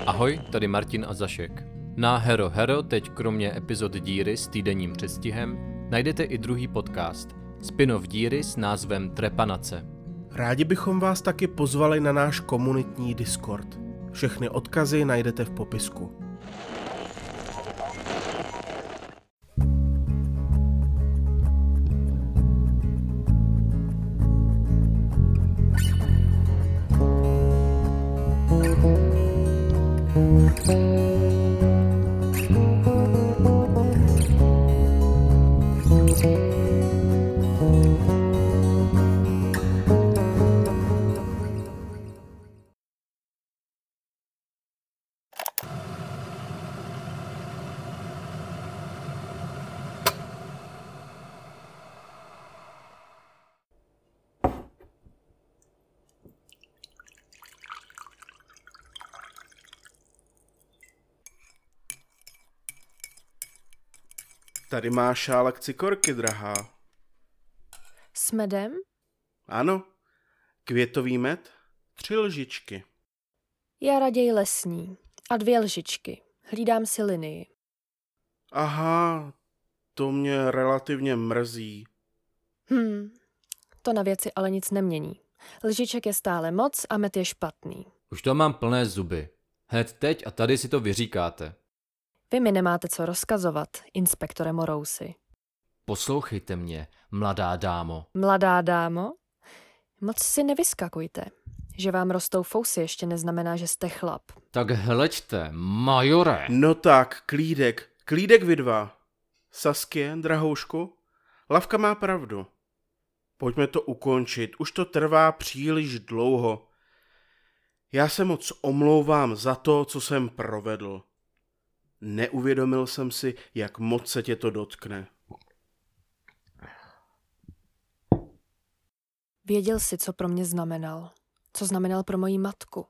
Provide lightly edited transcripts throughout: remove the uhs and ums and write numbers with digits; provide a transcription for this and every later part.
Ahoj, tady Martin a Zašek. Na Hero Hero teď kromě epizod Díry s týdenním předstihem najdete i druhý podcast, spin-off Díry s názvem Trepanace. Rádi bychom vás taky pozvali na náš komunitní Discord. Všechny odkazy najdete v popisku. Tady máš šálek cikorky, drahá. S medem? Ano, květový med, 3 lžičky. Já raději lesní. A 2 lžičky. Hlídám si linii. Aha, to mě relativně mrzí. To na věci ale nic nemění. Lžiček je stále moc a med je špatný. Už to mám plné zuby. Hned teď a tady si to vyříkáte. Vy mi nemáte co rozkazovat, inspektore Morousi. Poslouchejte mě, mladá dámo. Mladá dámo? Moc si nevyskakujte. Že vám rostou fousy ještě neznamená, že jste chlap. Tak hleďte, majore. No tak, klídek vy dva. Saskie, drahoušku, Lavka má pravdu. Pojďme to ukončit, už to trvá příliš dlouho. Já se moc omlouvám za to, co jsem provedl. Neuvědomil jsem si, jak moc se tě to dotkne. Věděl jsi, co pro mě znamenal. Co znamenal pro moji matku.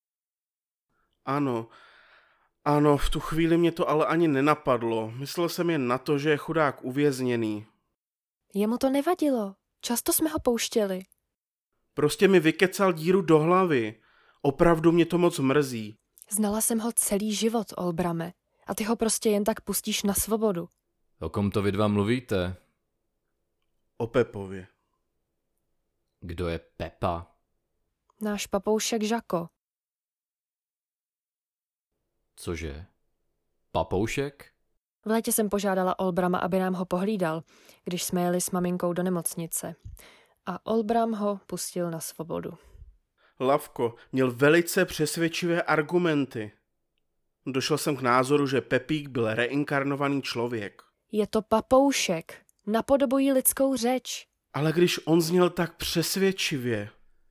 Ano, v tu chvíli mě to ale ani nenapadlo. Myslel jsem jen na to, že je chudák uvězněný. Jemu to nevadilo. Často jsme ho pouštěli. Prostě mi vykecal díru do hlavy. Opravdu mě to moc mrzí. Znala jsem ho celý život, Olbrame. A ty ho prostě jen tak pustíš na svobodu. O kom to vy dva mluvíte? O Pepově. Kdo je Pepa? Náš papoušek Žako. Cože? Papoušek? V létě jsem požádala Olbrama, aby nám ho pohlídal, když jsme jeli s maminkou do nemocnice. A Olbram ho pustil na svobodu. Lavko, měl velice přesvědčivé argumenty. Došel jsem k názoru, že Pepík byl reinkarnovaný člověk. Je to papoušek. Napodobují lidskou řeč. Ale když on zněl tak přesvědčivě.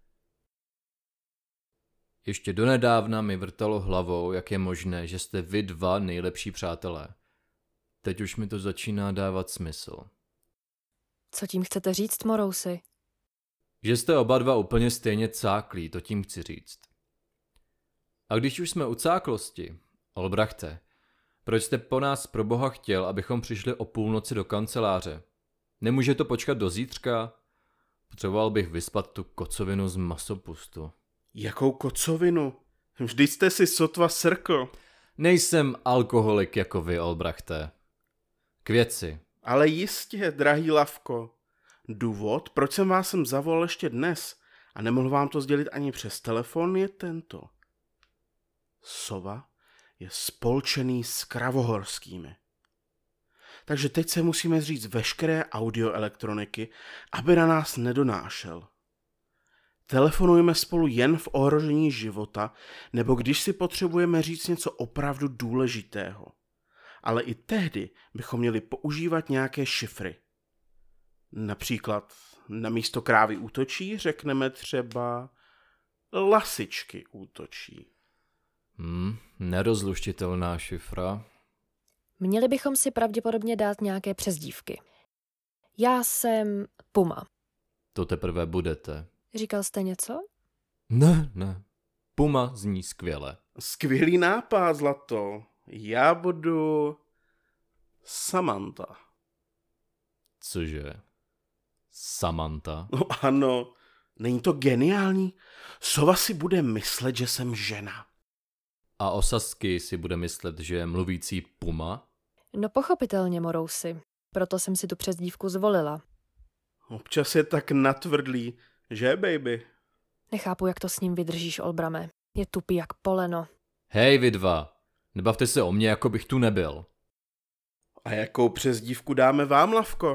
Ještě donedávna mi vrtalo hlavou, jak je možné, že jste vy dva nejlepší přátelé. Teď už mi to začíná dávat smysl. Co tím chcete říct, Morousi? Že jste oba dva úplně stejně cáklí, to tím chci říct. A když už jsme u cáklosti, Olbrachte, proč jste po nás pro boha chtěl, abychom přišli o půlnoci do kanceláře? Nemůže to počkat do zítřka? Potřeboval bych vyspat tu kocovinu z masopustu. Jakou kocovinu? Vždyť jste si sotva srkl. Nejsem alkoholik jako vy, Olbrachte. K věci. Ale jistě, drahý Lavko. Důvod, proč jsem vás sem zavolal ještě dnes a nemohl vám to sdělit ani přes telefon, je tento. Sova je spolčený s kravohorskými. Takže teď se musíme zříct veškeré audioelektroniky, aby na nás nedonášel. Telefonujeme spolu jen v ohrožení života, nebo když si potřebujeme říct něco opravdu důležitého. Ale i tehdy bychom měli používat nějaké šifry. Například na místo krávy útočí řekneme třeba lasičky útočí. Nerozluštitelná šifra. Měli bychom si pravděpodobně dát nějaké přezdívky. Já jsem Puma. To teprve budete. Říkal jste něco? Ne. Puma zní skvěle. Skvělý nápad, zlato. Já budu Samantha. Cože? Samantha? No ano, není to geniální? Sova si bude myslet, že jsem žena. A o Sasky si bude myslet, že je mluvící puma? No pochopitelně, Morousi. Proto jsem si tu přezdívku zvolila. Občas je tak natvrdlý, že, baby? Nechápu, jak to s ním vydržíš, Olbrame. Je tupý jak poleno. Hej, vy dva, nebavte se o mně, jako bych tu nebyl. A jakou přezdívku dáme vám, Lavko?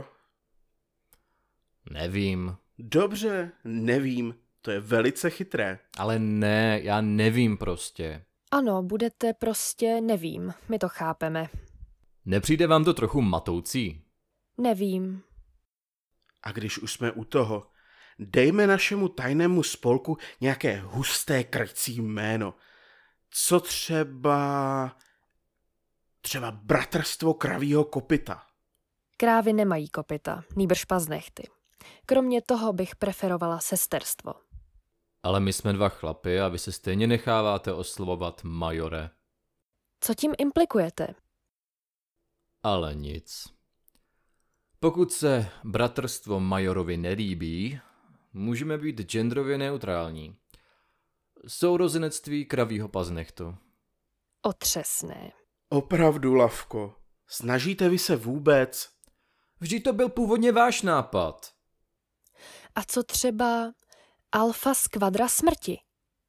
Nevím. Dobře, nevím. To je velice chytré. Ale ne, já nevím prostě. Ano, budete prostě nevím. My to chápeme. Nepřijde vám to trochu matoucí? Nevím. A když už jsme u toho, dejme našemu tajnému spolku nějaké husté krycí jméno. Co třeba Bratrstvo kravího kopyta. Krávy nemají kopyta, nýbrž paznechty. Kromě toho bych preferovala sesterstvo. Ale my jsme dva chlapy a vy se stejně necháváte oslovovat majore. Co tím implikujete? Ale nic. Pokud se bratrstvo majorovi nelíbí, můžeme být genderově neutrální. Sourozenectví kravího paznechtu. Otřesné. Opravdu, Lavko, snažíte vy se vůbec? Vždyť to byl původně váš nápad. A co třeba Alfa Skvadra smrti?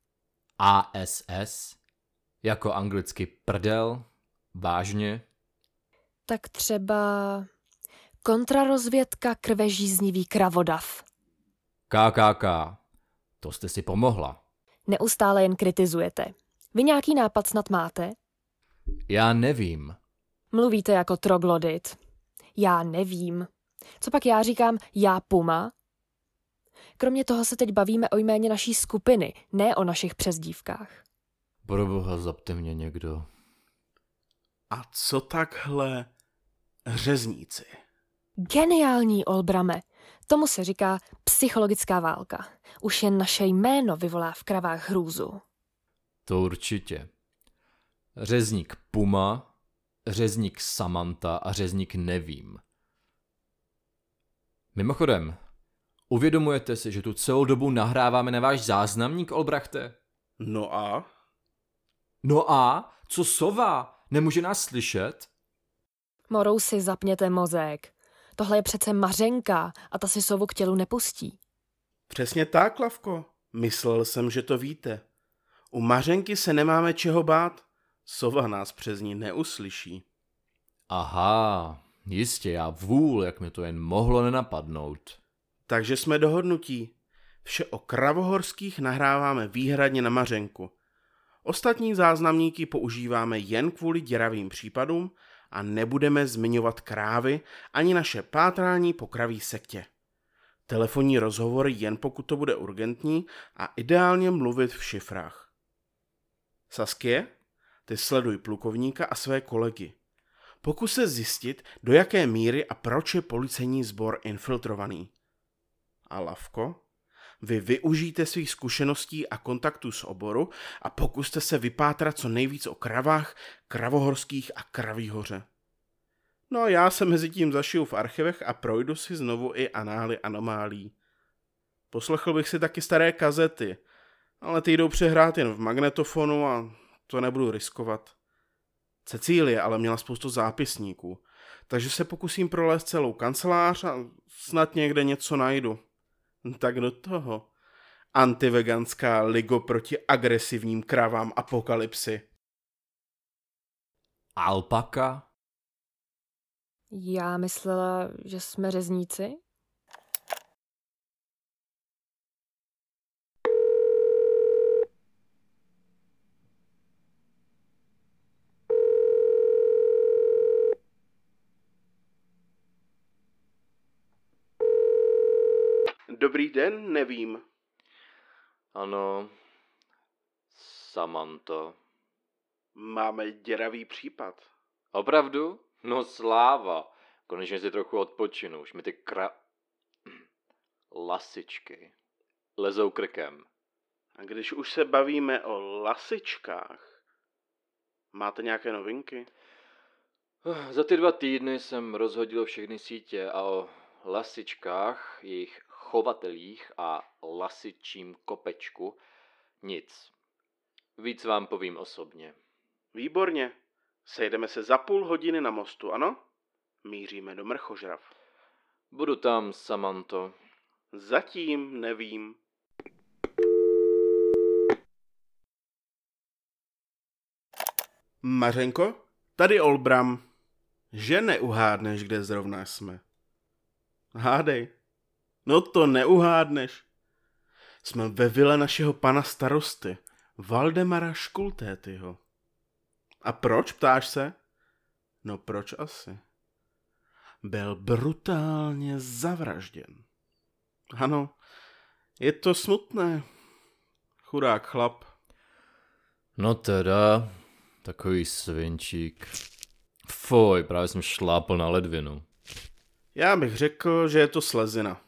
ASS? Jako anglicky prdel? Vážně? Tak třeba kontrarozvědka krvežíznivý kravodav. KKK. To jste si pomohla. Neustále jen kritizujete. Vy nějaký nápad snad máte? Já nevím. Mluvíte jako troglodit. Já nevím. Co pak já říkám já puma? Kromě toho se teď bavíme o jméně naší skupiny, ne o našich přezdívkách. Proboha, zapte mě někdo. A co takhle řezníci? Geniální, Olbrame. Tomu se říká psychologická válka. Už jen naše jméno vyvolá v kravách hrůzu. To určitě. Řezník Puma, řezník Samantha a řezník nevím. Mimochodem, uvědomujete si, že tu celou dobu nahráváme na váš záznamník, Olbrachte? No a? No a? Co sova? Nemůže nás slyšet? Morousi, zapněte mozek. Tohle je přece Mařenka a ta si sovu k tělu nepustí. Přesně tak, Lavko. Myslel jsem, že to víte. U Mařenky se nemáme čeho bát. Sova nás přes ní neuslyší. Aha, jistě, já vůl, jak mi to jen mohlo nenapadnout. Takže jsme dohodnutí. Vše o kravohorských nahráváme výhradně na Mařenku. Ostatní záznamníky používáme jen kvůli děravým případům a nebudeme zmiňovat krávy ani naše pátrání po kraví sektě. Telefonní rozhovory jen pokud to bude urgentní a ideálně mluvit v šifrách. Saskie, ty sleduj plukovníka a své kolegy. Pokus se zjistit, do jaké míry a proč je policejní sbor infiltrovaný. A Lavko, vy využijte svých zkušeností a kontaktů z oboru a pokuste se vypátrat co nejvíc o kravách, kravohorských a kraví hoře. No a já se mezi tím zašiju v archivech a projdu si znovu i anály anomálí. Poslechl bych si taky staré kazety, ale ty jdou přehrát jen v magnetofonu a to nebudu riskovat. Cecílie ale měla spoustu zápisníků, takže se pokusím prolézt celou kancelář a snad někde něco najdu. Tak do toho. Antiveganská ligo proti agresivním kravám apokalypsy. Alpaka? Já myslela, že jsme řezníci? Dobrý den, nevím. Ano, Samantha. Máme děravý případ. Opravdu? No sláva. Konečně si trochu odpočinu. Už mi ty lasičky lezou krkem. A když už se bavíme o lasičkách, máte nějaké novinky? Za ty 2 týdny jsem rozhodil všechny sítě a o lasičkách, jejich chovatelích a lasičím kopečku nic. Víc vám povím osobně. Výborně. Sejdeme se za půl hodiny na mostu, ano? Míříme do Mrchožrav. Budu tam, Samanto. Zatím nevím. Mařenko, tady Olbram. Že neuhádneš, kde zrovna jsme? Hádej. No to neuhádneš. Jsme ve vile našeho pana starosty, Valdemara Škultétyho. A proč, ptáš se? No proč asi? Byl brutálně zavražděn. Ano, je to smutné. Chudák chlap. No teda, takový svinčík. Fuj, právě jsem šlápl na ledvinu. Já bych řekl, že je to slezina.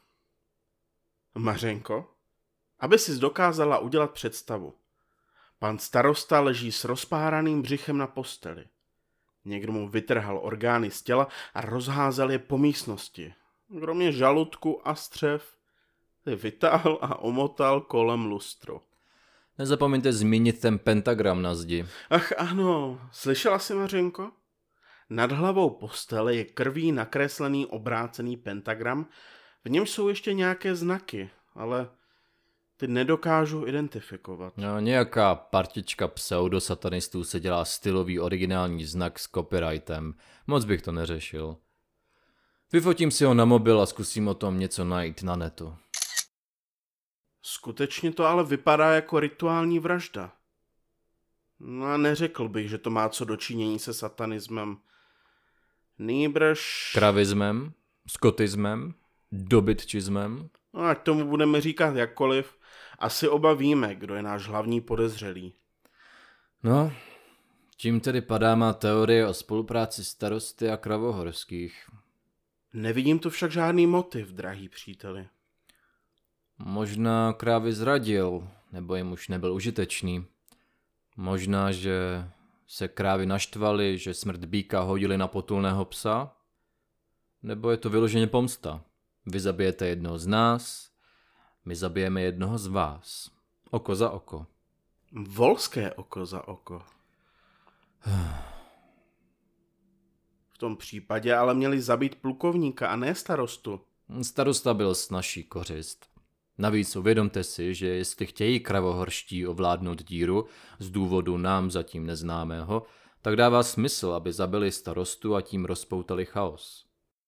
Mařenko, aby sis dokázala udělat představu. Pan starosta leží s rozpáraným břichem na posteli. Někdo mu vytrhal orgány z těla a rozházel je po místnosti. Kromě žaludku a střev je vytáhl a omotal kolem lustru. Nezapomeňte zmínit ten pentagram na zdi. Ach ano, slyšela jsi, Mařenko? Nad hlavou postele je krví nakreslený obrácený pentagram, v něm jsou ještě nějaké znaky, ale ty nedokážu identifikovat. No, nějaká partička pseudosatanistů se dělá stylový originální znak s copyrightem. Moc bych to neřešil. Vyfotím si ho na mobil a zkusím o tom něco najít na netu. Skutečně to ale vypadá jako rituální vražda. No a neřekl bych, že to má co dočinění se satanismem. Nýbrž... Kravismem? Skotismem? Dobytčismem? No ať tomu budeme říkat jakkoliv, asi oba víme, kdo je náš hlavní podezřelý. No, tím tedy padá má teorie o spolupráci starosty a Kravohorských. Nevidím tu však žádný motiv, drahý příteli. Možná krávy zradil, nebo jim už nebyl užitečný. Možná, že se krávy naštvali, že smrt býka hodili na potulného psa? Nebo je to vyloženě pomsta? Vy zabijete jednoho z nás, my zabijeme jednoho z vás. Oko za oko. Volské oko za oko. V tom případě ale měli zabít plukovníka a ne starostu. Starosta byl snazší kořist. Navíc uvědomte si, že jestli chtějí Kravohorští ovládnout díru z důvodu nám zatím neznámého, tak dává smysl, aby zabili starostu a tím rozpoutali chaos.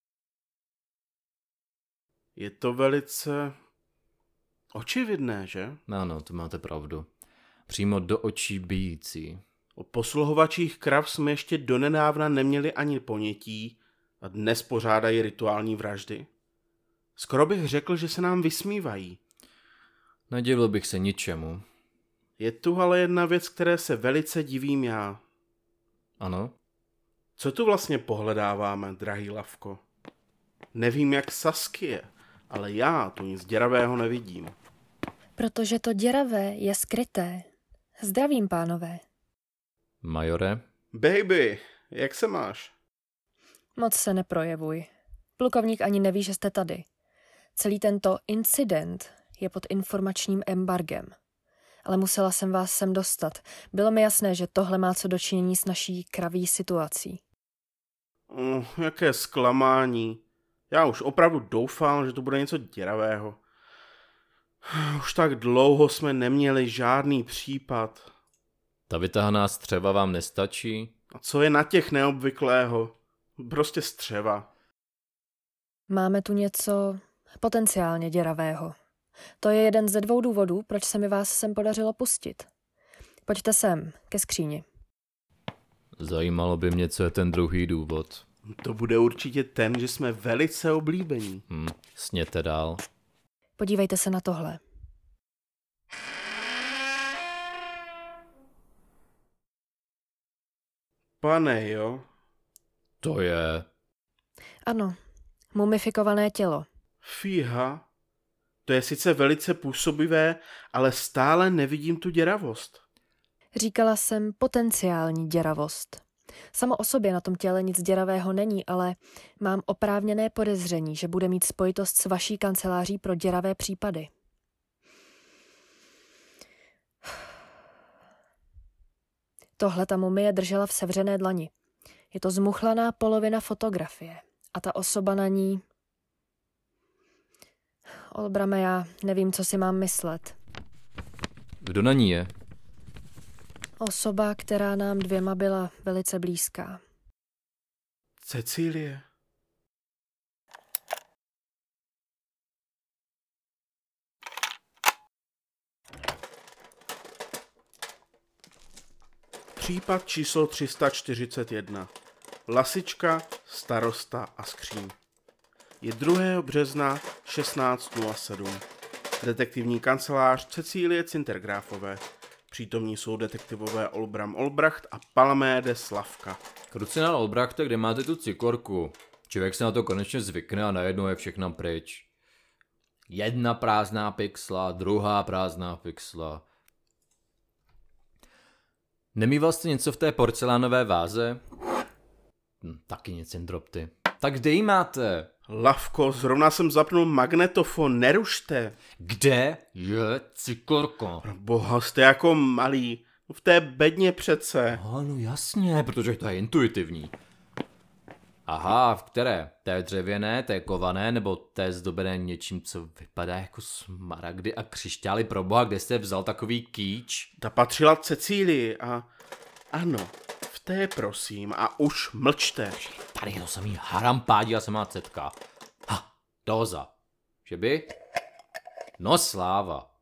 Je to velice očividné, že? Ano, to máte pravdu. Přímo do očí bijící. O posluhovačích krav jsme ještě donedávna neměli ani ponětí a dnes pořádají rituální vraždy. Skoro bych řekl, že se nám vysmívají. Nedivil bych se ničemu. Je tu ale jedna věc, které se velice divím já. Ano? Co tu vlastně pohledáváme, drahý Lavko? Nevím, jak Saskie, ale já tu nic děravého nevidím. Protože to děravé je skryté. Zdravím, pánové. Majore? Baby, jak se máš? Moc se neprojevuj. Plukovník ani neví, že jste tady. Celý tento incident je pod informačním embargem. Ale musela jsem vás sem dostat. Bylo mi jasné, že tohle má co dočinění s naší kraví situací. Jaké zklamání. Já už opravdu doufám, že to bude něco děravého. Už tak dlouho jsme neměli žádný případ. Ta vytahaná střeva vám nestačí? A co je na těch neobvyklého? Prostě střeva. Máme tu něco potenciálně děravého. To je jeden ze 2 důvodů, proč se mi vás sem podařilo pustit. Pojďte sem, ke skříni. Zajímalo by mě, co je ten druhý důvod. To bude určitě ten, že jsme velice oblíbení. Sněte dál. Podívejte se na tohle. Pane, jo? To je... Ano, mumifikované tělo. Fíha. To je sice velice působivé, ale stále nevidím tu děravost. Říkala jsem potenciální děravost. Samo o sobě na tom těle nic děravého není, ale mám oprávněné podezření, že bude mít spojitost s vaší kanceláří pro děravé případy. Tohle ta mumie držela v sevřené dlani. Je to zmuchlaná polovina fotografie. A ta osoba na ní... Olbrame, já nevím, co si mám myslet. Kdo na ní je? Osoba, která nám dvěma byla velice blízká. Cecílie. Případ číslo 341. Lasička, starosta a skříň. Je 2. března 16:07. Detektivní kancelář Cecílie Cintergráfové. Přítomní jsou detektivové Olbram Olbracht a Palmé Slavka. Krucinál Olbrachte, kde máte tu cikorku? Člověk se na to konečně zvykne a najednou je všechno pryč. Jedna prázdná pixla, druhá prázdná pixla. Nemýval jste něco v té porcelánové váze? Taky nic jen dropty. Tak kde ji máte? Lavko, zrovna jsem zapnul magnetofon, nerušte. Kde je cikorka? Boha, jste jako malý. V té bedně přece. No jasně, protože to je intuitivní. Aha, v které? Té dřevěné, té kované, nebo té zdobené něčím, co vypadá jako smaragdy a křišťály, proboha, kde jste vzal takový kýč? Ta patřila Cecílii a... Ano, v té prosím a už mlčte. Tady je to samý harampádí a samá cetka. Ha, doza. Že by? No sláva.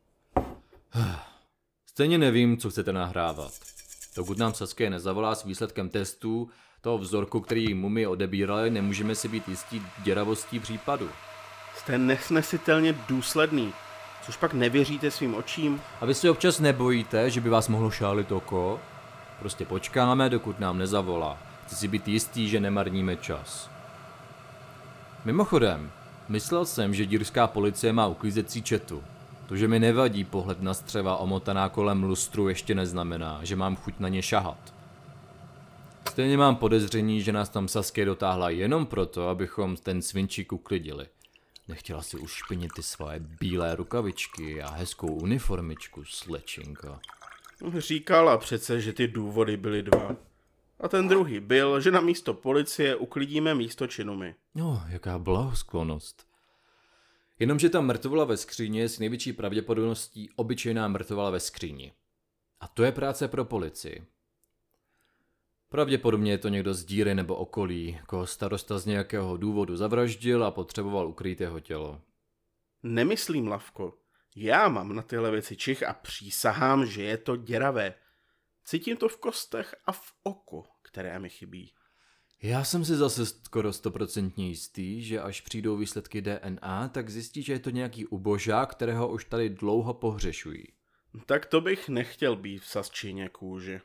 Stejně nevím, co chcete nahrávat. Dokud nám Saskia nezavolá s výsledkem testů toho vzorku, který mumii odebírali, nemůžeme si být jistí děravostí případu. Jste nesnesitelně důsledný, což pak nevěříte svým očím. A vy si občas nebojíte, že by vás mohlo šálit oko? Prostě počkáme, dokud nám nezavolá. Chci si být jistý, že nemarníme čas. Mimochodem, myslel jsem, že dírská policie má uklízecí četu. To, že mi nevadí pohled na střeva omotaná kolem lustru, ještě neznamená, že mám chuť na ně šahat. Stejně mám podezření, že nás tam Saskia dotáhla jenom proto, abychom ten svinčík uklidili. Nechtěla si ušpinit ty svoje bílé rukavičky a hezkou uniformičku, slečinka. Říkala přece, že ty důvody byly dva. A ten druhý byl, že na místo policie uklidíme místo činu my. No, jaká blahosklonost. Jenomže ta mrtvola ve skříni je s největší pravděpodobností obyčejná mrtvola ve skříni. A to je práce pro policii. Pravděpodobně je to někdo z díry nebo okolí, koho starosta z nějakého důvodu zavraždil a potřeboval ukrýt jeho tělo. Nemyslím, Lavko. Já mám na tyhle věci čich a přísahám, že je to děravé. Cítím to v kostech a v oku, které mi chybí. Já jsem si zase skoro 100% jistý, že až přijdou výsledky DNA, tak zjistí, že je to nějaký ubožák, kterého už tady dlouho pohřešují. Tak to bych nechtěl být v sasčině kůži.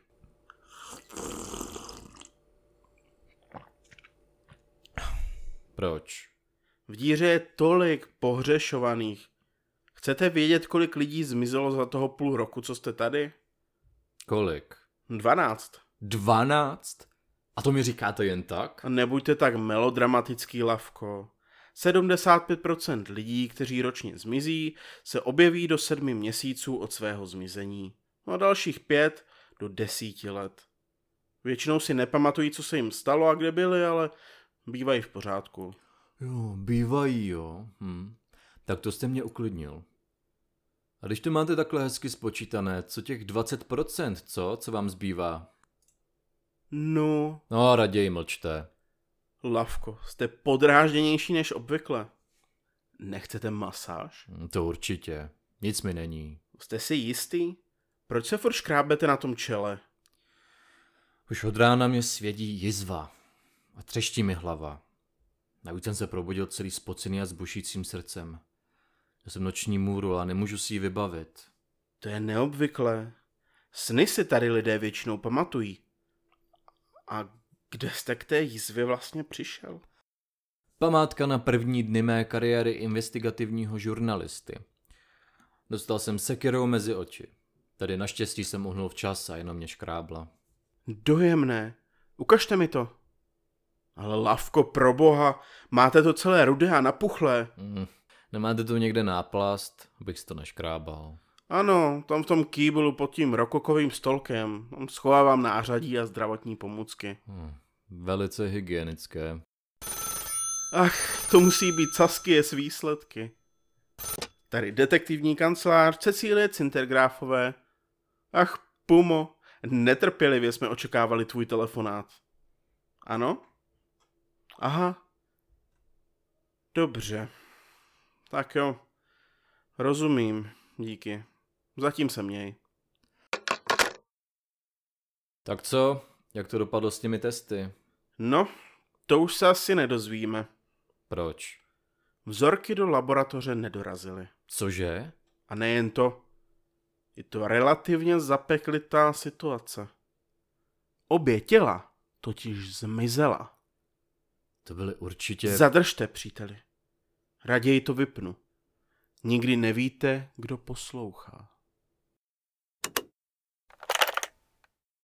Proč? V díře je tolik pohřešovaných. Chcete vědět, kolik lidí zmizelo za toho půl roku, co jste tady? Kolik? 12. 12? A to mi říkáte jen tak? A nebuďte tak melodramatický, Lavko. 75% lidí, kteří ročně zmizí, se objeví do 7 měsíců od svého zmizení. No a dalších 5 do 10 let. Většinou si nepamatují, co se jim stalo a kde byli, ale bývají v pořádku. Jo, bývají, jo. Tak to jste mě uklidnil. A když to máte takhle hezky spočítané, co těch 20%, co vám zbývá? No, Raději mlčte. Lavko, jste podrážděnější než obvykle. Nechcete masáž? To určitě. Nic mi není. Jste si jistý? Proč se furt škrábete na tom čele? Už od rána mě svědí jizva. A třeští mi hlava. Navíc jsem se probudil celý spocený a s bušícím srdcem. Já jsem noční můru a nemůžu si ji vybavit. To je neobvyklé. Sny si tady lidé většinou pamatují. A kde jste k té jizvě vlastně přišel? Památka na první dny mé kariéry investigativního žurnalisty. Dostal jsem sekirou mezi oči. Tady naštěstí jsem uhnul včas a jenom mě škrábla. Dojemné. Ukažte mi to. Ale Lavko, proboha, máte to celé rudé a napuchlé. Nemáte tu někde náplast, abych si to neškrábal. Ano, tam v tom kýblu pod tím rokokovým stolkem. Tam schovávám nářadí a zdravotní pomůcky. Velice hygienické. Ach, to musí být Saskie s výsledky. Tady detektivní kancelář Cecílie Cintergráfové. Ach, Pumo, netrpělivě jsme očekávali tvůj telefonát. Ano? Aha. Dobře. Tak jo. Rozumím. Díky. Zatím se měj. Tak co? Jak to dopadlo s těmi testy? No, to už se asi nedozvíme. Proč? Vzorky do laboratoře nedorazily. Cože? A nejen to. Je to relativně zapeklitá situace. Obě těla totiž zmizela. To byly určitě... Zadržte, příteli. Raději to vypnu. Nikdy nevíte, kdo poslouchá.